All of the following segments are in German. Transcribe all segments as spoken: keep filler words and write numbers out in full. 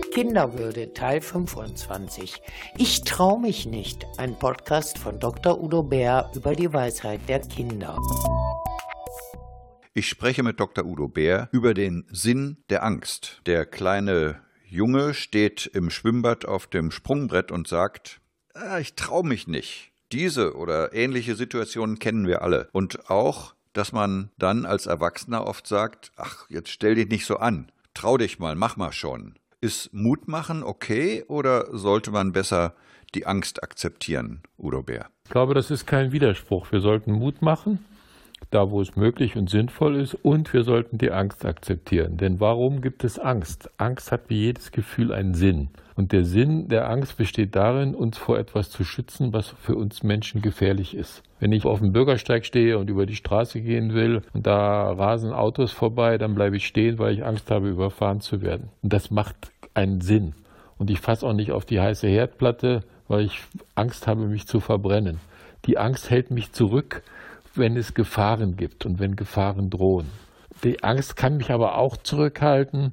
Kinderwürde, Teil fünfundzwanzig. Ich trau mich nicht. Ein Podcast von Doktor Udo Bär über die Weisheit der Kinder. Ich spreche mit Doktor Udo Bär über den Sinn der Angst. Der kleine Junge steht im Schwimmbad auf dem Sprungbrett und sagt, ah, ich trau mich nicht. Diese oder ähnliche Situationen kennen wir alle. Und auch, dass man dann als Erwachsener oft sagt, ach, jetzt stell dich nicht so an. Trau dich mal, mach mal schon. Ist Mut machen okay oder sollte man besser die Angst akzeptieren, Udo Bär? Ich glaube, das ist kein Widerspruch. Wir sollten Mut machen, da wo es möglich und sinnvoll ist, und wir sollten die Angst akzeptieren. Denn warum gibt es Angst? Angst hat wie jedes Gefühl einen Sinn. Und der Sinn der Angst besteht darin, uns vor etwas zu schützen, was für uns Menschen gefährlich ist. Wenn ich auf dem Bürgersteig stehe und über die Straße gehen will und da rasen Autos vorbei, dann bleibe ich stehen, weil ich Angst habe, überfahren zu werden. Und das macht einen Sinn. Und ich fasse auch nicht auf die heiße Herdplatte, weil ich Angst habe, mich zu verbrennen. Die Angst hält mich zurück, wenn es Gefahren gibt und wenn Gefahren drohen. Die Angst kann mich aber auch zurückhalten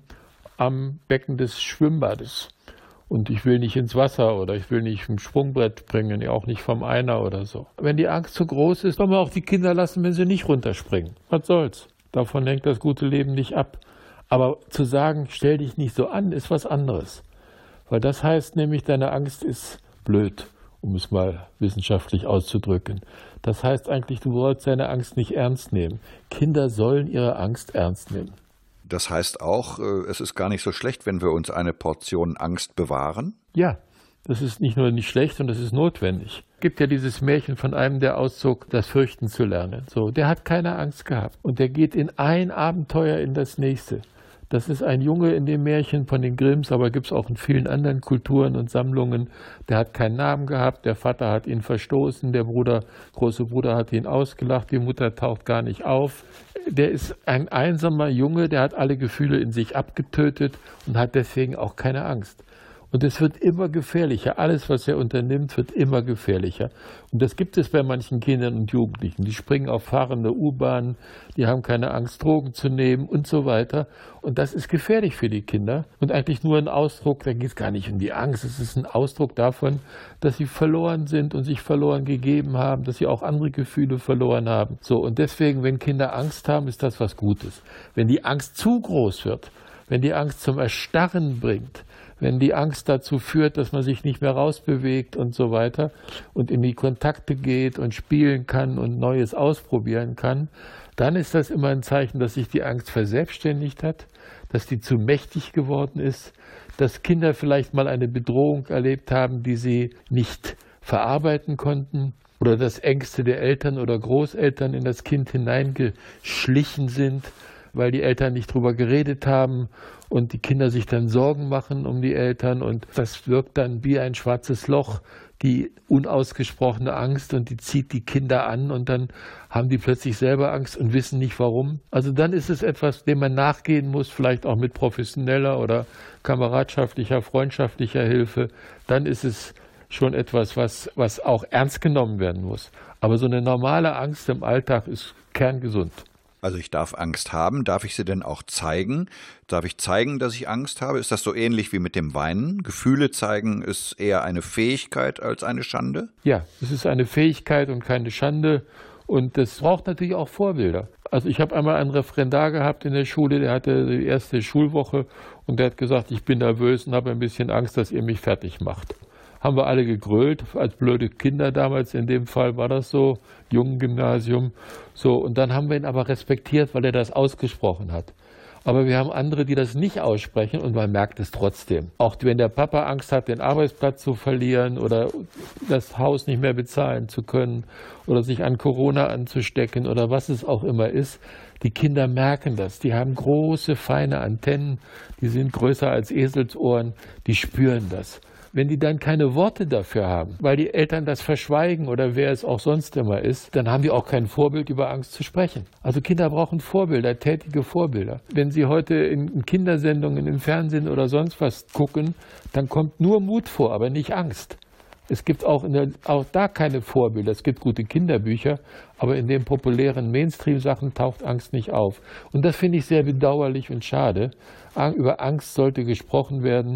am Becken des Schwimmbades. Und ich will nicht ins Wasser oder ich will nicht vom Sprungbrett springen, auch nicht vom Einer oder so. Wenn die Angst zu groß ist, soll man auch die Kinder lassen, wenn sie nicht runterspringen. Was soll's? Davon hängt das gute Leben nicht ab. Aber zu sagen, stell dich nicht so an, ist was anderes. Weil das heißt nämlich, deine Angst ist blöd, um es mal wissenschaftlich auszudrücken. Das heißt eigentlich, du sollst deine Angst nicht ernst nehmen. Kinder sollen ihre Angst ernst nehmen. Das heißt auch, es ist gar nicht so schlecht, wenn wir uns eine Portion Angst bewahren? Ja, das ist nicht nur nicht schlecht, und das ist notwendig. Es gibt ja dieses Märchen von einem, der auszog, das Fürchten zu lernen. So, der hat keine Angst gehabt und der geht in ein Abenteuer in das nächste. Das ist ein Junge in dem Märchen von den Grimms, aber gibt es auch in vielen anderen Kulturen und Sammlungen. Der hat keinen Namen gehabt, der Vater hat ihn verstoßen, der Bruder, große Bruder hat ihn ausgelacht, die Mutter taucht gar nicht auf. Der ist ein einsamer Junge, der hat alle Gefühle in sich abgetötet und hat deswegen auch keine Angst. Und es wird immer gefährlicher. Alles, was er unternimmt, wird immer gefährlicher. Und das gibt es bei manchen Kindern und Jugendlichen. Die springen auf fahrende U-Bahnen, die haben keine Angst, Drogen zu nehmen und so weiter. Und das ist gefährlich für die Kinder. Und eigentlich nur ein Ausdruck, da geht es gar nicht um die Angst. Es ist ein Ausdruck davon, dass sie verloren sind und sich verloren gegeben haben, dass sie auch andere Gefühle verloren haben. So, und deswegen, wenn Kinder Angst haben, ist das was Gutes. Wenn die Angst zu groß wird, wenn die Angst zum Erstarren bringt, wenn die Angst dazu führt, dass man sich nicht mehr rausbewegt und so weiter und in die Kontakte geht und spielen kann und Neues ausprobieren kann, dann ist das immer ein Zeichen, dass sich die Angst verselbstständigt hat, dass die zu mächtig geworden ist, dass Kinder vielleicht mal eine Bedrohung erlebt haben, die sie nicht verarbeiten konnten, oder dass Ängste der Eltern oder Großeltern in das Kind hineingeschlichen sind, weil die Eltern nicht drüber geredet haben und die Kinder sich dann Sorgen machen um die Eltern, und das wirkt dann wie ein schwarzes Loch, die unausgesprochene Angst, und die zieht die Kinder an und dann haben die plötzlich selber Angst und wissen nicht warum. Also dann ist es etwas, dem man nachgehen muss, vielleicht auch mit professioneller oder kameradschaftlicher, freundschaftlicher Hilfe. Dann ist es schon etwas, was, was auch ernst genommen werden muss. Aber so eine normale Angst im Alltag ist kerngesund. Also ich darf Angst haben. Darf ich sie denn auch zeigen? Darf ich zeigen, dass ich Angst habe? Ist das so ähnlich wie mit dem Weinen? Gefühle zeigen ist eher eine Fähigkeit als eine Schande? Ja, es ist eine Fähigkeit und keine Schande. Und das braucht natürlich auch Vorbilder. Also ich habe einmal einen Referendar gehabt in der Schule, der hatte die erste Schulwoche und der hat gesagt, ich bin nervös und habe ein bisschen Angst, dass ihr mich fertig macht. Haben wir alle gegrölt, als blöde Kinder damals, in dem Fall war das so, Jungengymnasium. So, und dann haben wir ihn aber respektiert, weil er das ausgesprochen hat. Aber wir haben andere, die das nicht aussprechen, und man merkt es trotzdem. Auch wenn der Papa Angst hat, den Arbeitsplatz zu verlieren oder das Haus nicht mehr bezahlen zu können oder sich an Corona anzustecken oder was es auch immer ist, die Kinder merken das. Die haben große, feine Antennen, die sind größer als Eselsohren, die spüren das. Wenn die dann keine Worte dafür haben, weil die Eltern das verschweigen oder wer es auch sonst immer ist, dann haben die auch kein Vorbild, über Angst zu sprechen. Also Kinder brauchen Vorbilder, tätige Vorbilder. Wenn sie heute in Kindersendungen im Fernsehen oder sonst was gucken, dann kommt nur Mut vor, aber nicht Angst. Es gibt auch, in der, auch da keine Vorbilder. Es gibt gute Kinderbücher, aber in den populären Mainstream-Sachen taucht Angst nicht auf. Und das finde ich sehr bedauerlich und schade. Über Angst sollte gesprochen werden,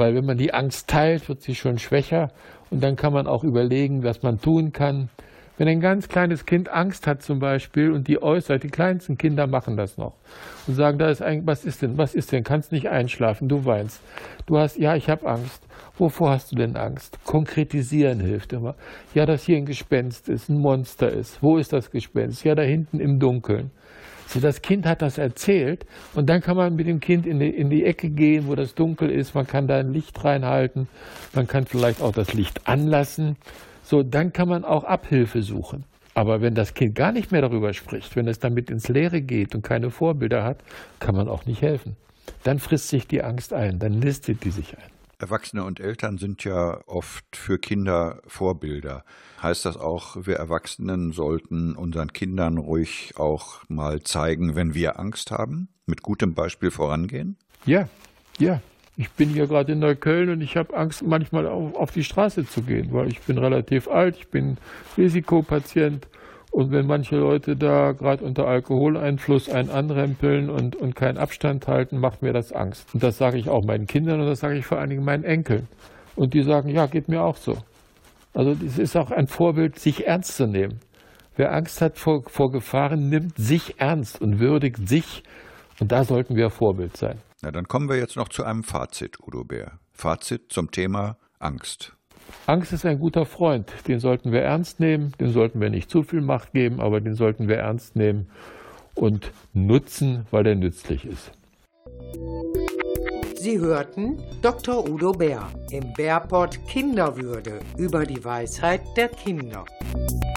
Weil wenn man die Angst teilt, wird sie schon schwächer und dann kann man auch überlegen, was man tun kann. Wenn ein ganz kleines Kind Angst hat zum Beispiel und die äußert, die kleinsten Kinder machen das noch und sagen, da ist ein, was ist denn, was ist denn, kannst nicht einschlafen, du weinst. Du hast, ja, ich habe Angst. Wovor hast du denn Angst? Konkretisieren hilft immer. Ja, dass hier ein Gespenst ist, ein Monster ist. Wo ist das Gespenst? Ja, da hinten im Dunkeln. So, das Kind hat das erzählt und dann kann man mit dem Kind in die, in die Ecke gehen, wo das dunkel ist. Man kann da ein Licht reinhalten. Man kann vielleicht auch das Licht anlassen. So, dann kann man auch Abhilfe suchen. Aber wenn das Kind gar nicht mehr darüber spricht, wenn es damit ins Leere geht und keine Vorbilder hat, kann man auch nicht helfen. Dann frisst sich die Angst ein, dann nistet die sich ein. Erwachsene und Eltern sind ja oft für Kinder Vorbilder. Heißt das auch, wir Erwachsenen sollten unseren Kindern ruhig auch mal zeigen, wenn wir Angst haben? Mit gutem Beispiel vorangehen? Ja, ja. Ich bin hier gerade in Neukölln und ich habe Angst, manchmal auf, auf die Straße zu gehen, weil ich bin relativ alt, ich bin Risikopatient. Und wenn manche Leute da gerade unter Alkoholeinfluss einen anrempeln und, und keinen Abstand halten, macht mir das Angst. Und das sage ich auch meinen Kindern und das sage ich vor allen Dingen meinen Enkeln. Und die sagen, ja, geht mir auch so. Also es ist auch ein Vorbild, sich ernst zu nehmen. Wer Angst hat vor, vor Gefahren, nimmt sich ernst und würdigt sich. Und da sollten wir Vorbild sein. Na, dann kommen wir jetzt noch zu einem Fazit, Udo Bär. Fazit zum Thema Angst. Angst ist ein guter Freund, den sollten wir ernst nehmen, dem sollten wir nicht zu viel Macht geben, aber den sollten wir ernst nehmen und nutzen, weil er nützlich ist. Sie hörten Doktor Udo Bär im BärPod Kinderwürde über die Weisheit der Kinder.